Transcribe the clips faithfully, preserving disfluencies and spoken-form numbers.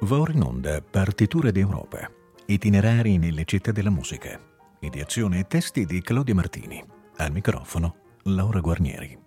Va ora in onda Partiture d'Europa, itinerari nelle città della musica. Ideazione e testi di Claudia Martini. Al microfono Laura Guarnieri.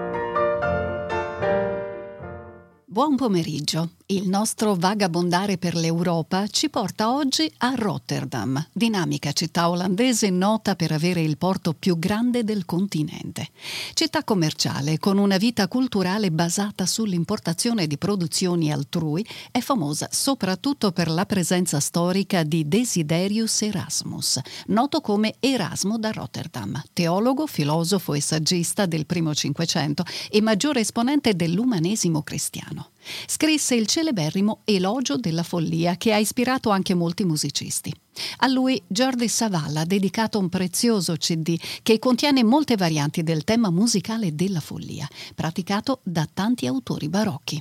Buon pomeriggio. Il nostro vagabondare per l'Europa ci porta oggi a Rotterdam, dinamica città olandese nota per avere il porto più grande del continente. Città commerciale con una vita culturale basata sull'importazione di produzioni altrui, è famosa soprattutto per la presenza storica di Desiderius Erasmus, noto come Erasmo da Rotterdam, teologo, filosofo e saggista del primo Cinquecento e maggiore esponente dell'umanesimo cristiano. Scrisse il celeberrimo Elogio della follia che ha ispirato anche molti musicisti. A lui Jordi Savall ha dedicato un prezioso C D che contiene molte varianti del tema musicale della follia, praticato da tanti autori barocchi.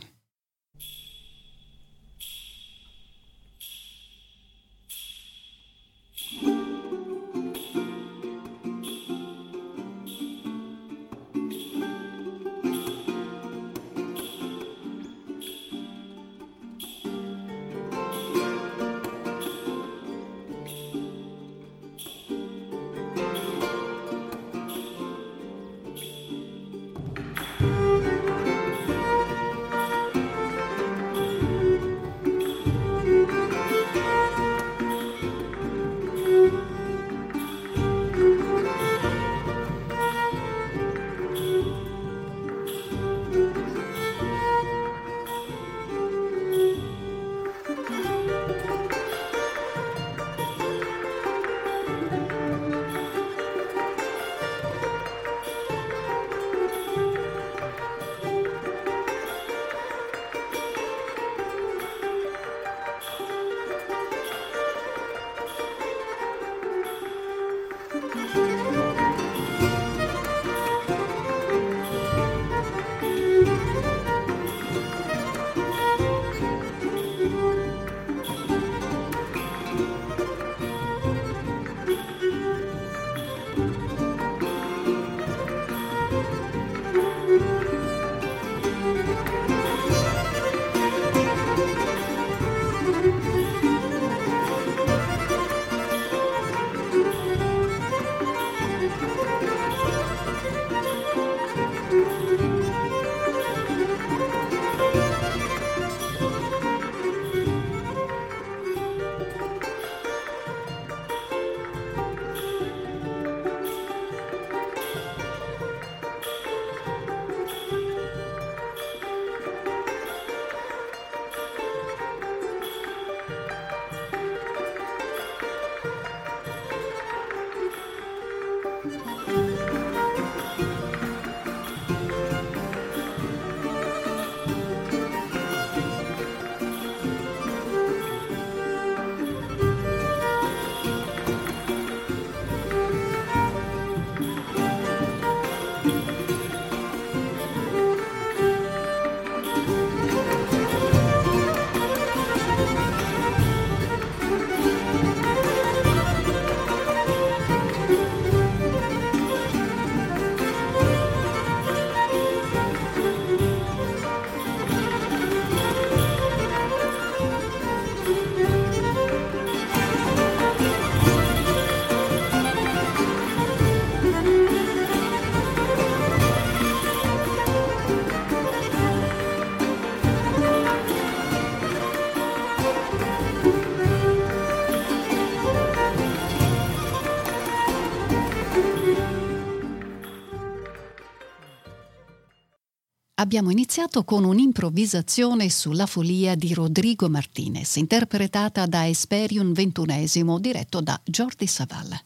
Abbiamo iniziato con un'improvvisazione sulla follia di Rodrigo Martínez, interpretata da Hesperion ventunesimo, diretto da Jordi Savall.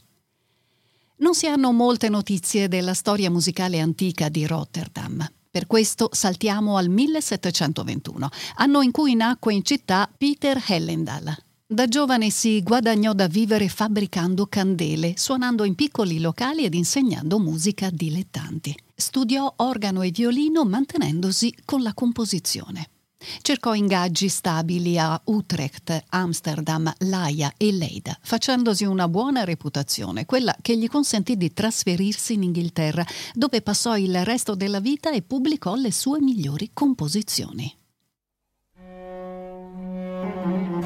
Non si hanno molte notizie della storia musicale antica di Rotterdam. Per questo saltiamo al millesettecentoventuno, anno in cui nacque in città Peter Hellendaal. Da giovane si guadagnò da vivere fabbricando candele, suonando in piccoli locali ed insegnando musica a dilettanti. Studiò organo e violino mantenendosi con la composizione. Cercò ingaggi stabili a Utrecht, Amsterdam, L'Aia e Leida, facendosi una buona reputazione, quella che gli consentì di trasferirsi in Inghilterra, dove passò il resto della vita e pubblicò le sue migliori composizioni.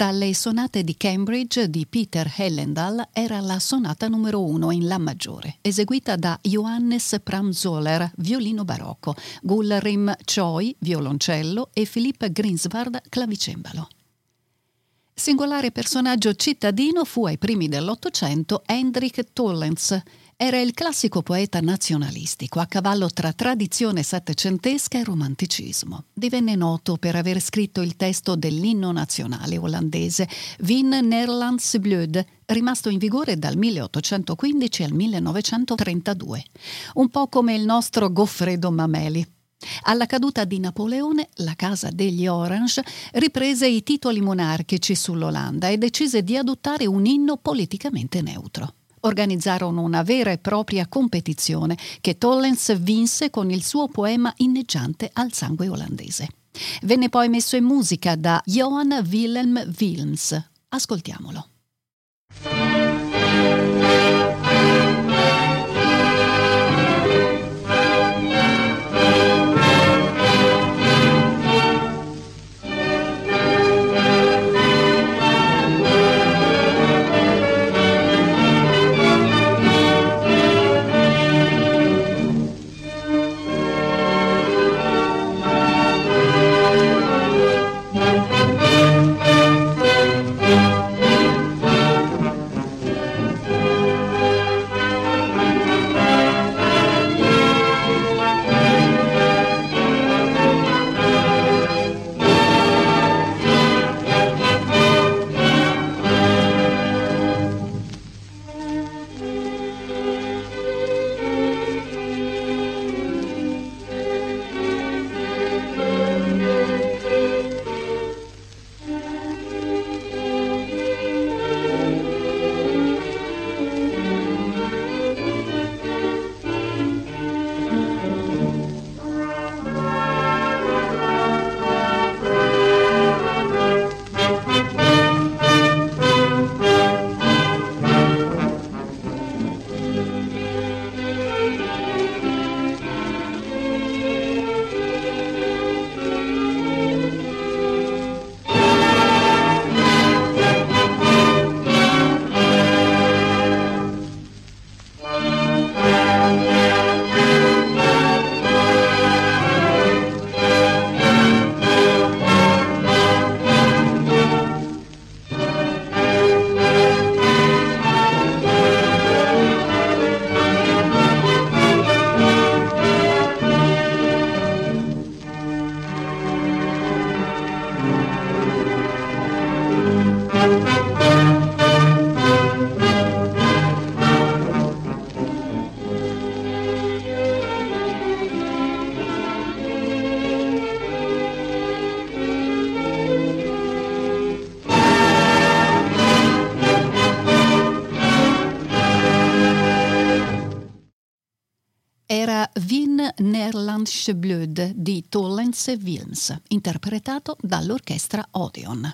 Dalle sonate di Cambridge di Peter Heyerdahl era la sonata numero uno in La maggiore, eseguita da Johannes Pramzoller, violino barocco, Gulrim Choi, violoncello e Philipp Grinsvard, clavicembalo. Singolare personaggio cittadino fu ai primi dell'Ottocento Hendrik Tollens. Era il classico poeta nazionalistico, a cavallo tra tradizione settecentesca e romanticismo. Divenne noto per aver scritto il testo dell'inno nazionale olandese Wien Nederlands Bloed, rimasto in vigore dal milleottocentoquindici al millenovecentotrentadue. Un po' come il nostro Goffredo Mameli. Alla caduta di Napoleone, la Casa degli Orange riprese i titoli monarchici sull'Olanda e decise di adottare un inno politicamente neutro. Organizzarono una vera e propria competizione che Tollens vinse con il suo poema inneggiante al sangue olandese. Venne poi messo in musica da Johan Wilhelm Wilms. Ascoltiamolo. Era Wien Nederlands Bloed di Tollens e Wilms, interpretato dall'orchestra Odeon.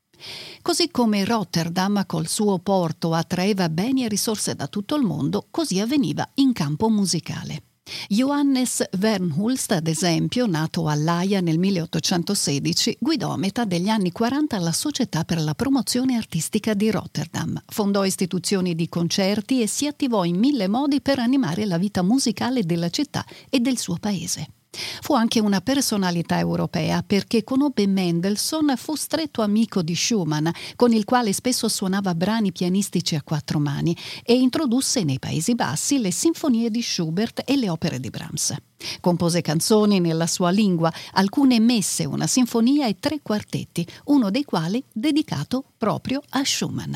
Così come Rotterdam col suo porto attraeva beni e risorse da tutto il mondo, così avveniva in campo musicale. Johannes Wernhulst, ad esempio, nato a L'Aia nel milleottocentosedici, guidò a metà degli anni quaranta la Società per la promozione artistica di Rotterdam, fondò istituzioni di concerti e si attivò in mille modi per animare la vita musicale della città e del suo paese. Fu anche una personalità europea perché conobbe Mendelssohn, fu stretto amico di Schumann, con il quale spesso suonava brani pianistici a quattro mani, e introdusse nei Paesi Bassi le sinfonie di Schubert e le opere di Brahms. Compose canzoni nella sua lingua, alcune messe, una sinfonia e tre quartetti, uno dei quali dedicato proprio a Schumann.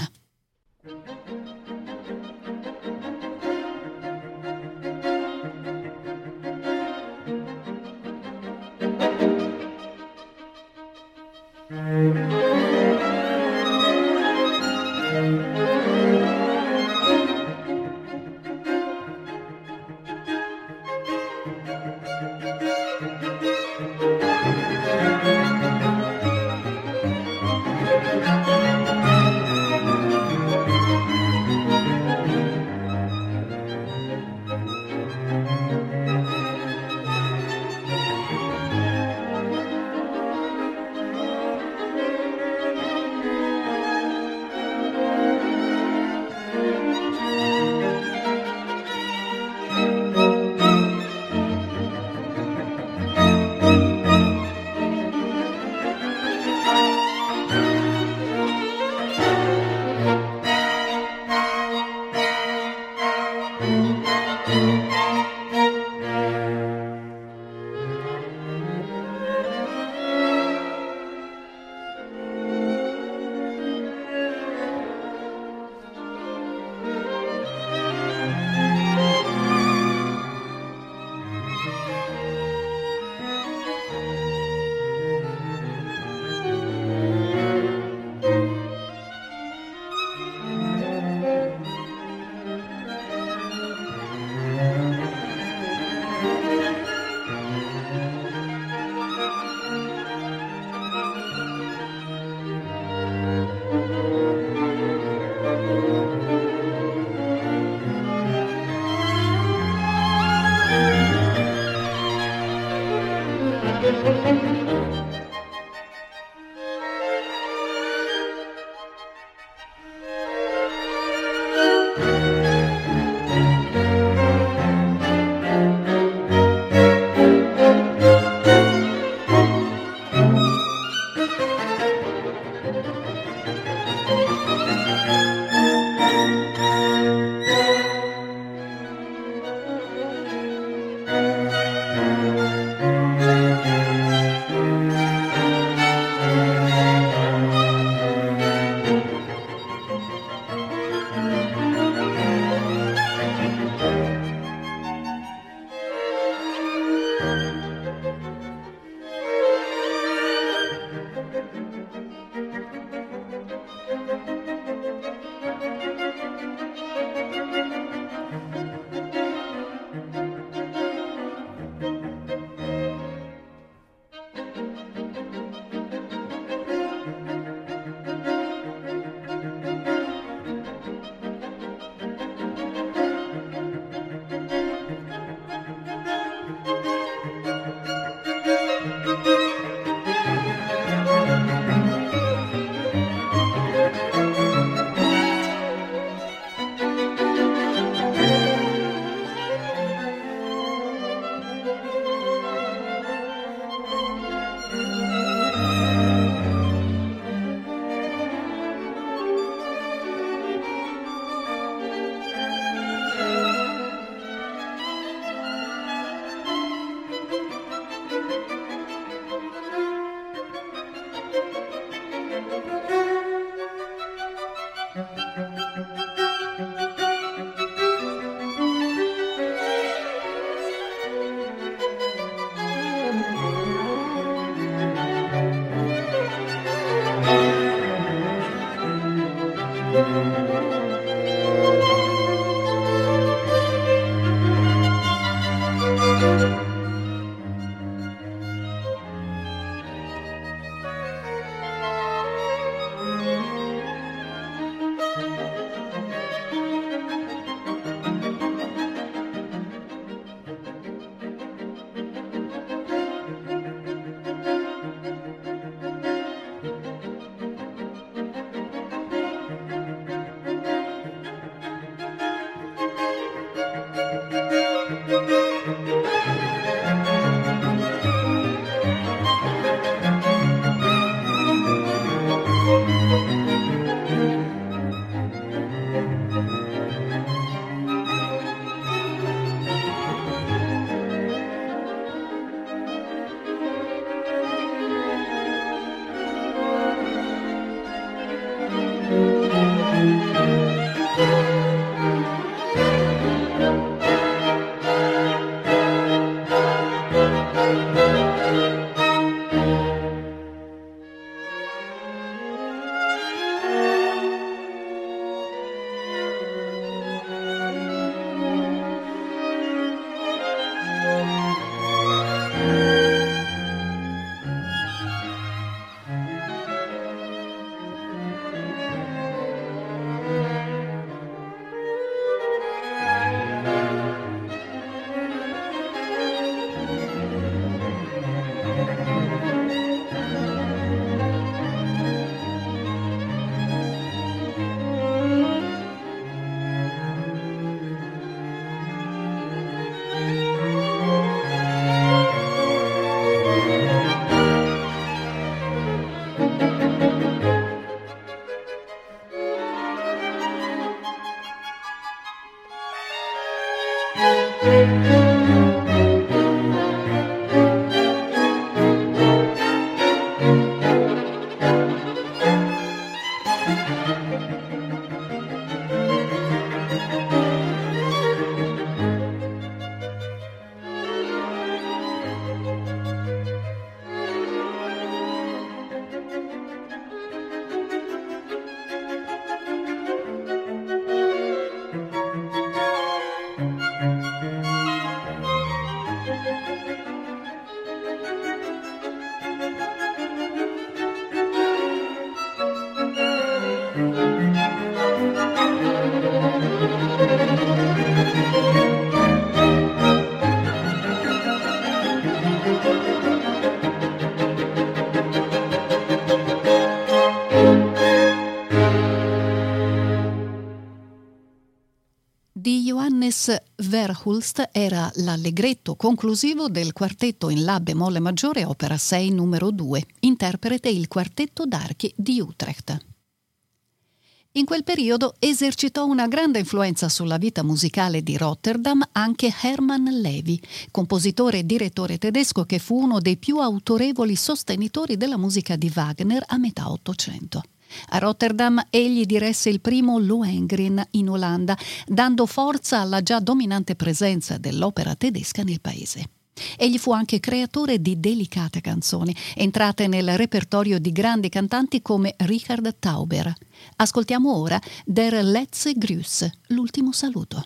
Verhulst era l'allegretto conclusivo del quartetto in La bemolle maggiore opera sei numero due, interprete il quartetto d'archi di Utrecht. In quel periodo esercitò una grande influenza sulla vita musicale di Rotterdam anche Hermann Levi, compositore e direttore tedesco che fu uno dei più autorevoli sostenitori della musica di Wagner a metà Ottocento. A Rotterdam egli diresse il primo Lohengrin in Olanda, dando forza alla già dominante presenza dell'opera tedesca nel paese. Egli fu anche creatore di delicate canzoni, entrate nel repertorio di grandi cantanti come Richard Tauber. Ascoltiamo ora Der letzte Gruß, l'ultimo saluto.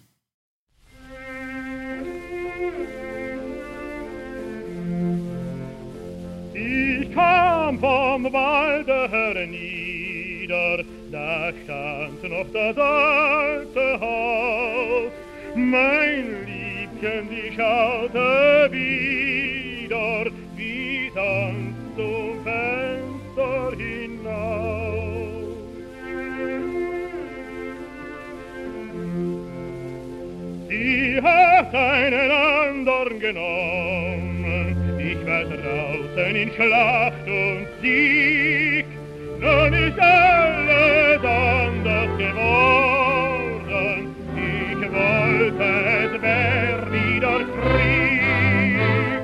Ich kam vom Walde hernieder, da stand noch das alte Haus, mein Liebchen, die schaute wieder, wie sanft zum Fenster hinaus. Sie hat einen andern genommen, ich war draußen in Schlacht und Sieg, nun ist alles anders geworden, ich wollte, es wär wieder Krieg.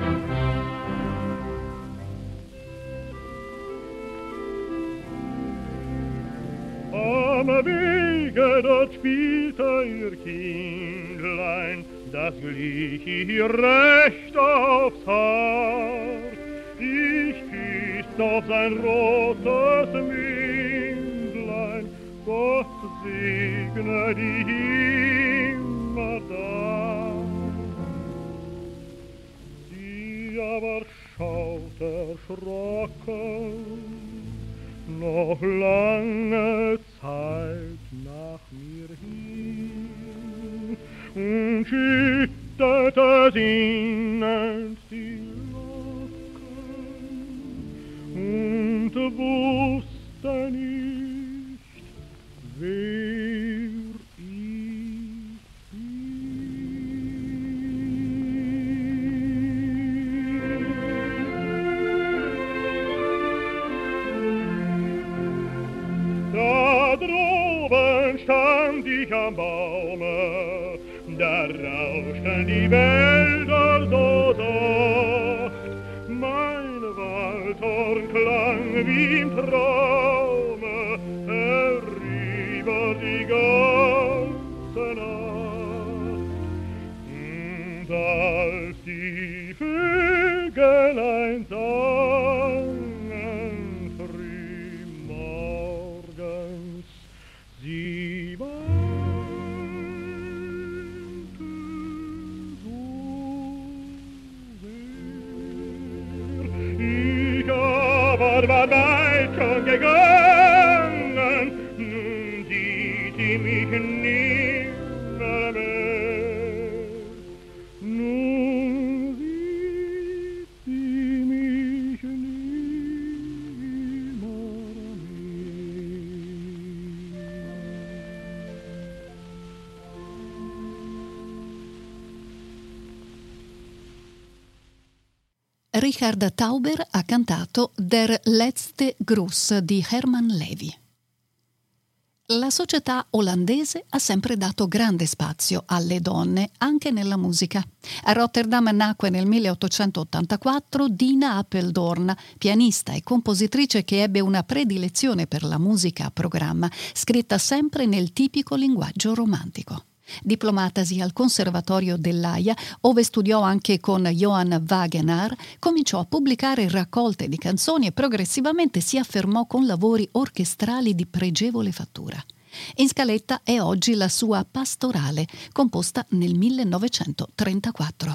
Am Wege dort spielte ihr Kindlein, das glich ihr recht aufs Haar. Ich küsst auf sein rotes Mündlein, Gott segne die immer da. Sie aber schaut erschrocken noch lange Zeit nach mir hin und schüttete sinnend die Locken und wusste nicht, wer ich bin. Da droben stand ich am Baume, da rauschten die Wälder so sacht, mein Waldhorn klang wie im Traume herüber die ganze Nacht. Und als die Vögelein sangen früh morgens, sie weinten so sehr. Ich aber war weit schon gegangen, nun sieht sie mich nimmer mehr. Nun sieht sie mich nimmer mehr. Richard Tauber ha cantato Der letzte Gruß di Hermann Levi. La società olandese ha sempre dato grande spazio alle donne, anche nella musica. A Rotterdam nacque nel milleottocentottantaquattro Dina Apeldoorn, pianista e compositrice che ebbe una predilezione per la musica a programma, scritta sempre nel tipico linguaggio romantico. Diplomatasi al Conservatorio dell'Aia, ove studiò anche con Johann Wagenaar, cominciò a pubblicare raccolte di canzoni e progressivamente si affermò con lavori orchestrali di pregevole fattura. In scaletta è oggi la sua Pastorale, composta nel millenovecentotrentaquattro.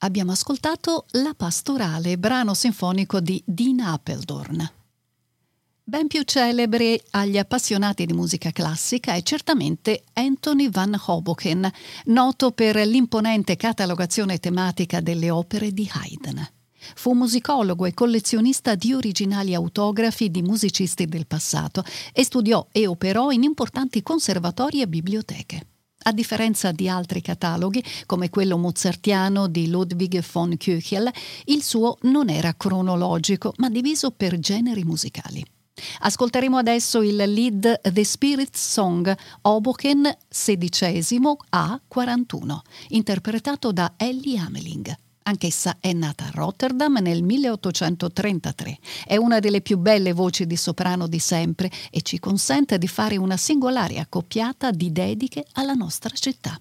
Abbiamo ascoltato La Pastorale, brano sinfonico di Dean Appledorn. Ben più celebre agli appassionati di musica classica è certamente Anthony van Hoboken, noto per l'imponente catalogazione tematica delle opere di Haydn. Fu musicologo e collezionista di originali autografi di musicisti del passato e studiò e operò in importanti conservatori e biblioteche. A differenza di altri cataloghi, come quello mozartiano di Ludwig von Köchel, il suo non era cronologico, ma diviso per generi musicali. Ascolteremo adesso il lead The Spirit's Song, Hoboken sedicesimo A quarantuno, interpretato da Ellie Ameling. Anch'essa è nata a Rotterdam nel milleottocentotrentatré. È una delle più belle voci di soprano di sempre e ci consente di fare una singolare accoppiata di dediche alla nostra città.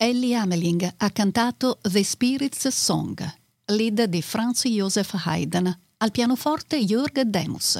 Ellie Ameling ha cantato The Spirit's Song, lead di Franz Joseph Haydn, al pianoforte Jürg Demus.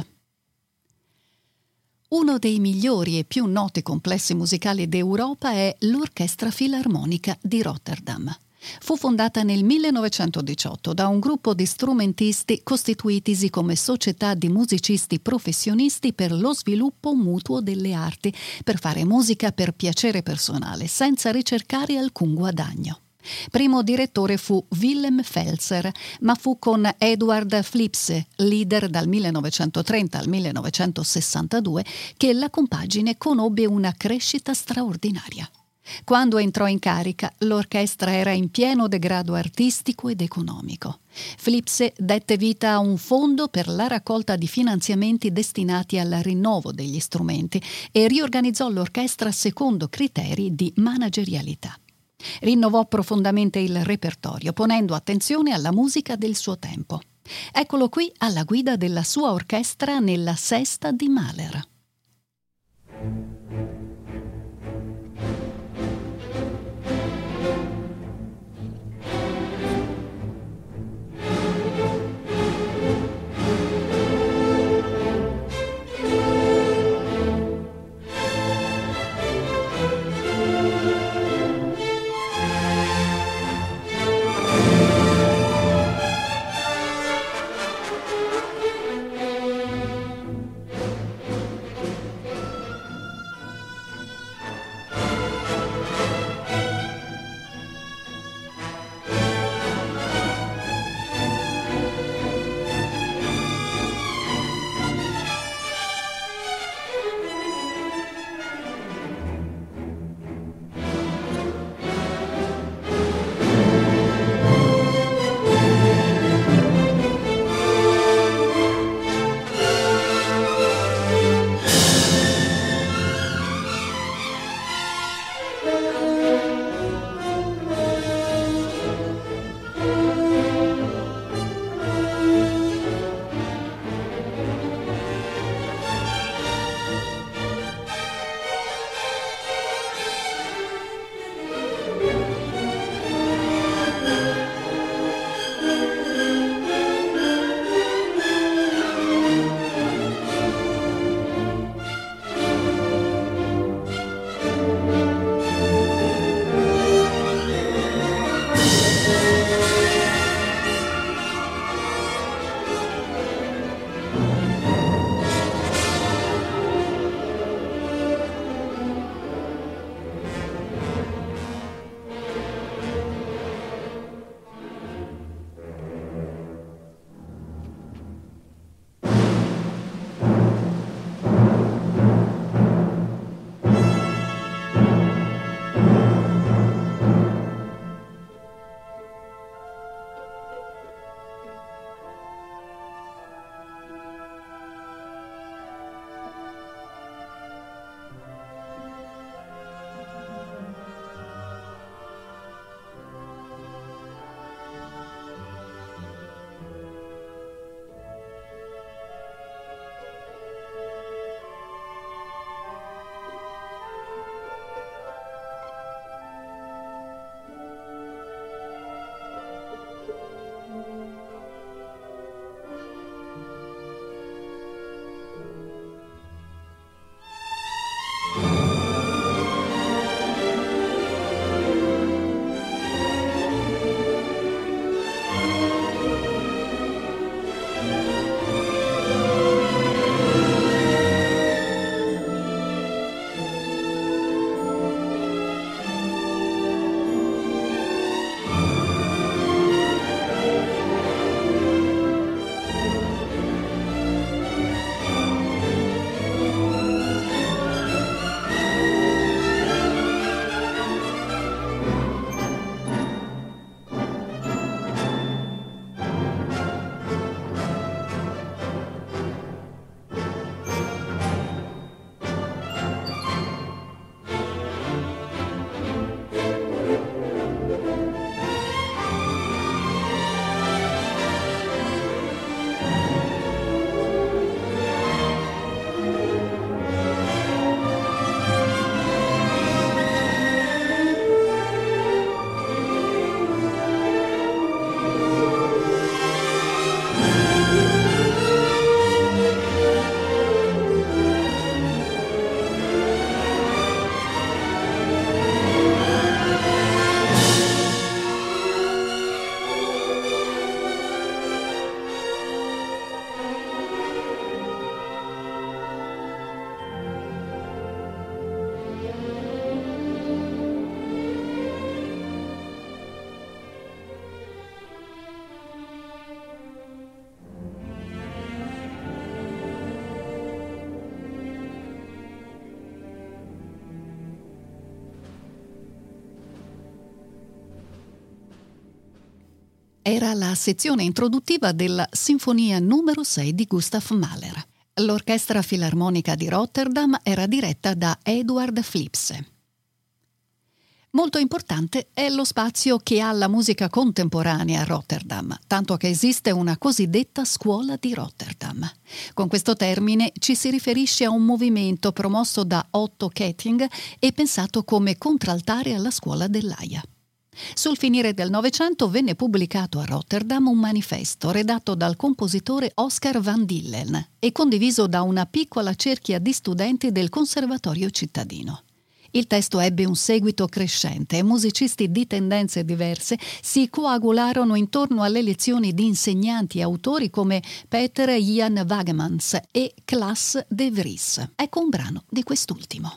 Uno dei migliori e più noti complessi musicali d'Europa è l'Orchestra Filarmonica di Rotterdam. Fu fondata nel millenovecentodiciotto da un gruppo di strumentisti costituitisi come società di musicisti professionisti per lo sviluppo mutuo delle arti, per fare musica per piacere personale, senza ricercare alcun guadagno. Primo direttore fu Willem Felser, ma fu con Eduard Flipse, leader dal millenovecentotrenta al millenovecentosessantadue, che la compagine conobbe una crescita straordinaria. Quando entrò in carica, l'orchestra era in pieno degrado artistico ed economico. Flipse dette vita a un fondo per la raccolta di finanziamenti destinati al rinnovo degli strumenti e riorganizzò l'orchestra secondo criteri di managerialità. Rinnovò profondamente il repertorio, ponendo attenzione alla musica del suo tempo. Eccolo qui alla guida della sua orchestra nella Sesta di Mahler. Era la sezione introduttiva della Sinfonia numero sei di Gustav Mahler. L'Orchestra Filarmonica di Rotterdam era diretta da Eduard Flipse. Molto importante è lo spazio che ha la musica contemporanea a Rotterdam, tanto che esiste una cosiddetta Scuola di Rotterdam. Con questo termine ci si riferisce a un movimento promosso da Otto Ketting e pensato come contraltare alla Scuola dell'Aia. Sul finire del Novecento venne pubblicato a Rotterdam un manifesto redatto dal compositore Oscar van Dillen e condiviso da una piccola cerchia di studenti del Conservatorio cittadino. Il testo ebbe un seguito crescente e musicisti di tendenze diverse si coagularono intorno alle lezioni di insegnanti e autori come Peter Jan Wagemans e Klaas de Vries. Ecco un brano di quest'ultimo.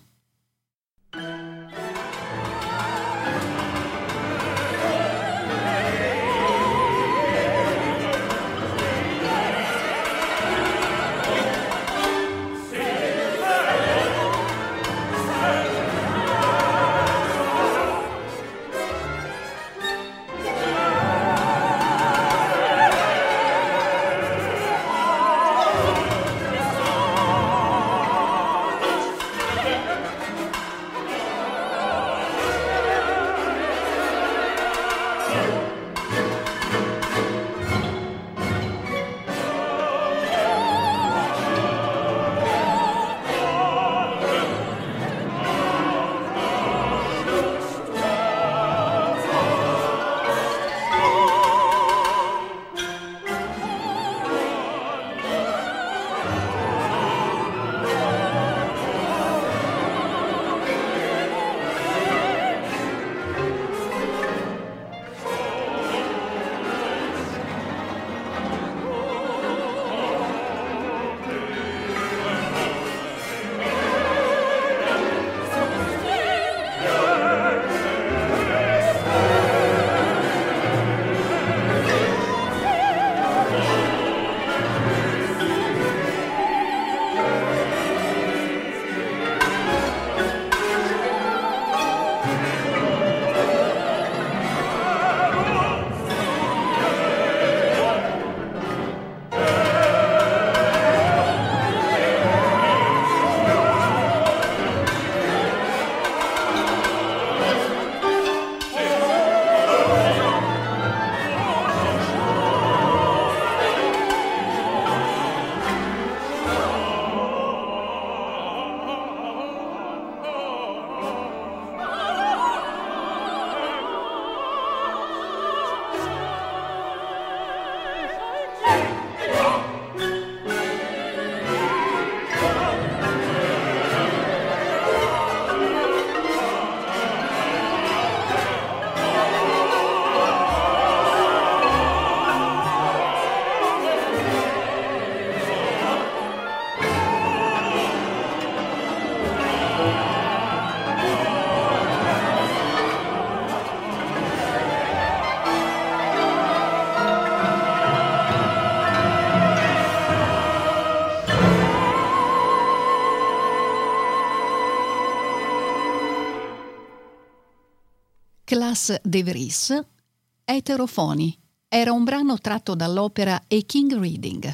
Klaas de Vries, Eterofoni, era un brano tratto dall'opera A King Reading.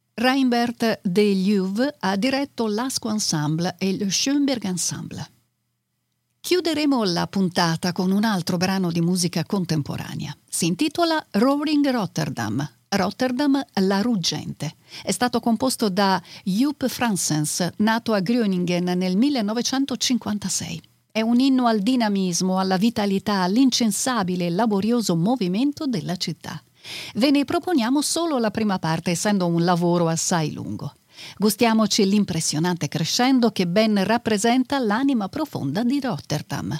Reinbert de Lieuwe ha diretto l'Asco Ensemble e il Schoenberg Ensemble. Chiuderemo la puntata con un altro brano di musica contemporanea. Si intitola Roaring Rotterdam, Rotterdam la ruggente. È stato composto da Joop Franssens, nato a Groningen nel millenovecentocinquantasei. È un inno al dinamismo, alla vitalità, all'incensabile e laborioso movimento della città. Ve ne proponiamo solo la prima parte, essendo un lavoro assai lungo. Gustiamoci l'impressionante crescendo che ben rappresenta l'anima profonda di Rotterdam.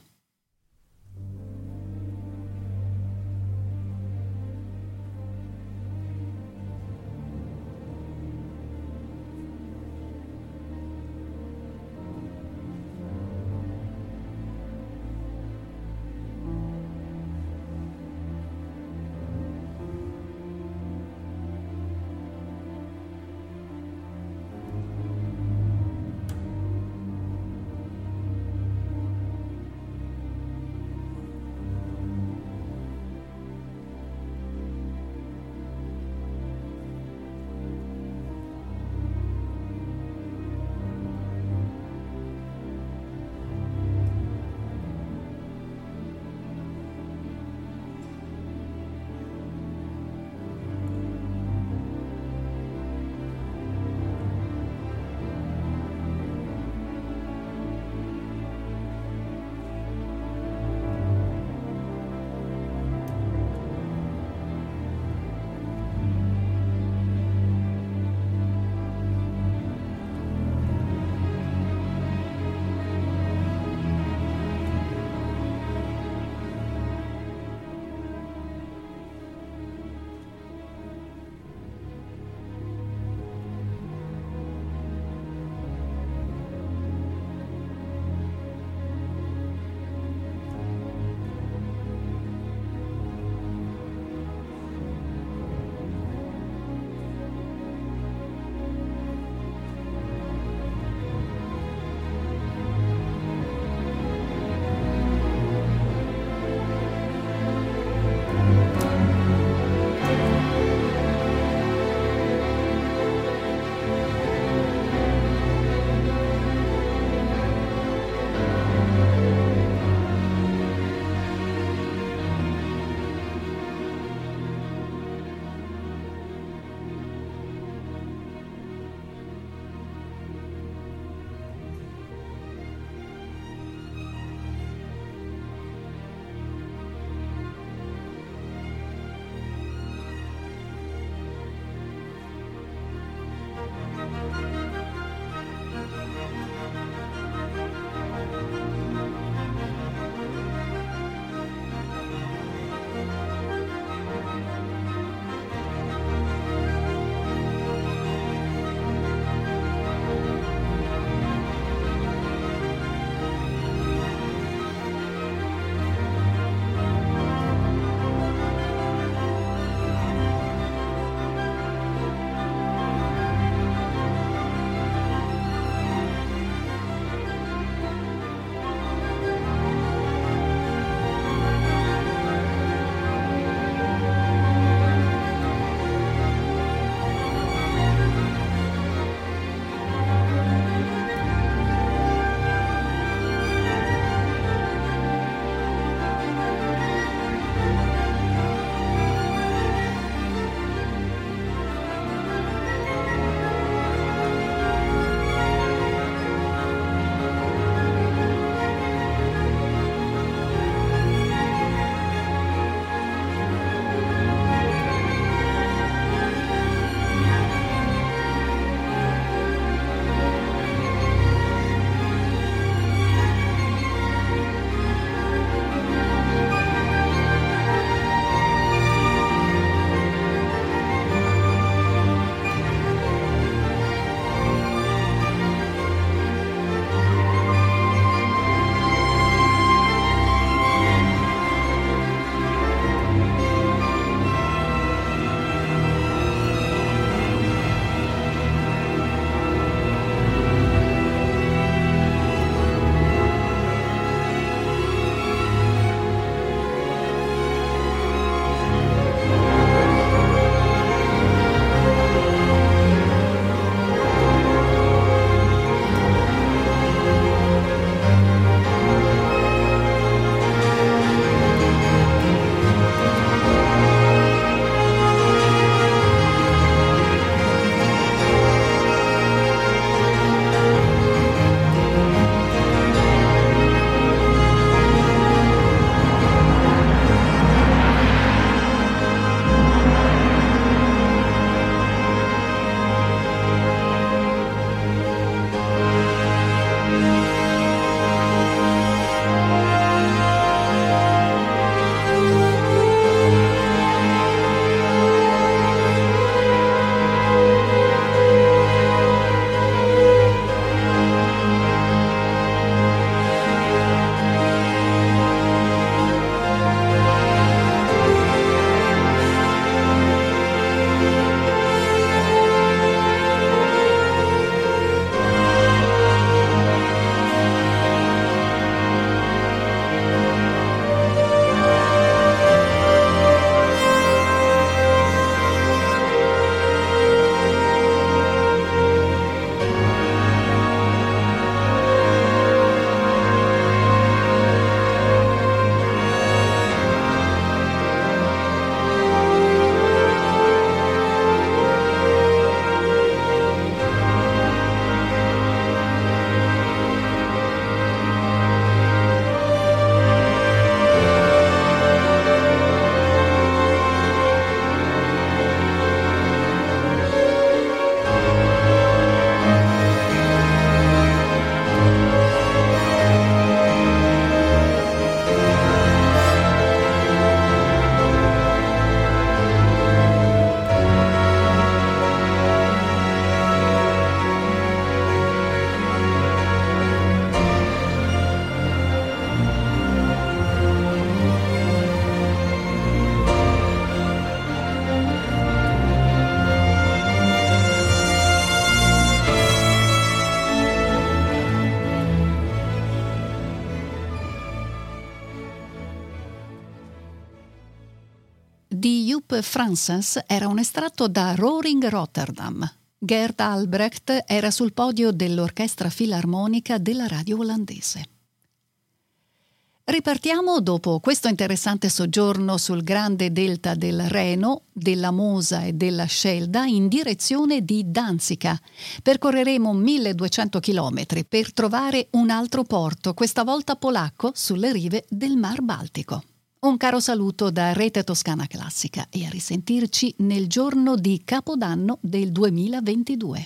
Soup Frances era un estratto da Roaring Rotterdam. Gert Albrecht era sul podio dell'Orchestra Filarmonica della radio olandese. Ripartiamo dopo questo interessante soggiorno sul grande delta del Reno, della Mosa e della Scelda in direzione di Danzica. Percorreremo milleduecento chilometri per trovare un altro porto, questa volta polacco, sulle rive del Mar Baltico. Un caro saluto da Rete Toscana Classica e a risentirci nel giorno di Capodanno del duemilaventidue.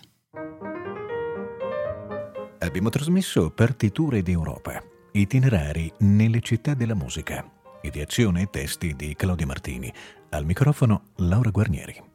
Abbiamo trasmesso Partiture d'Europa. Itinerari nelle città della musica. Ideazione e testi di Claudia Martini. Al microfono Laura Guarnieri.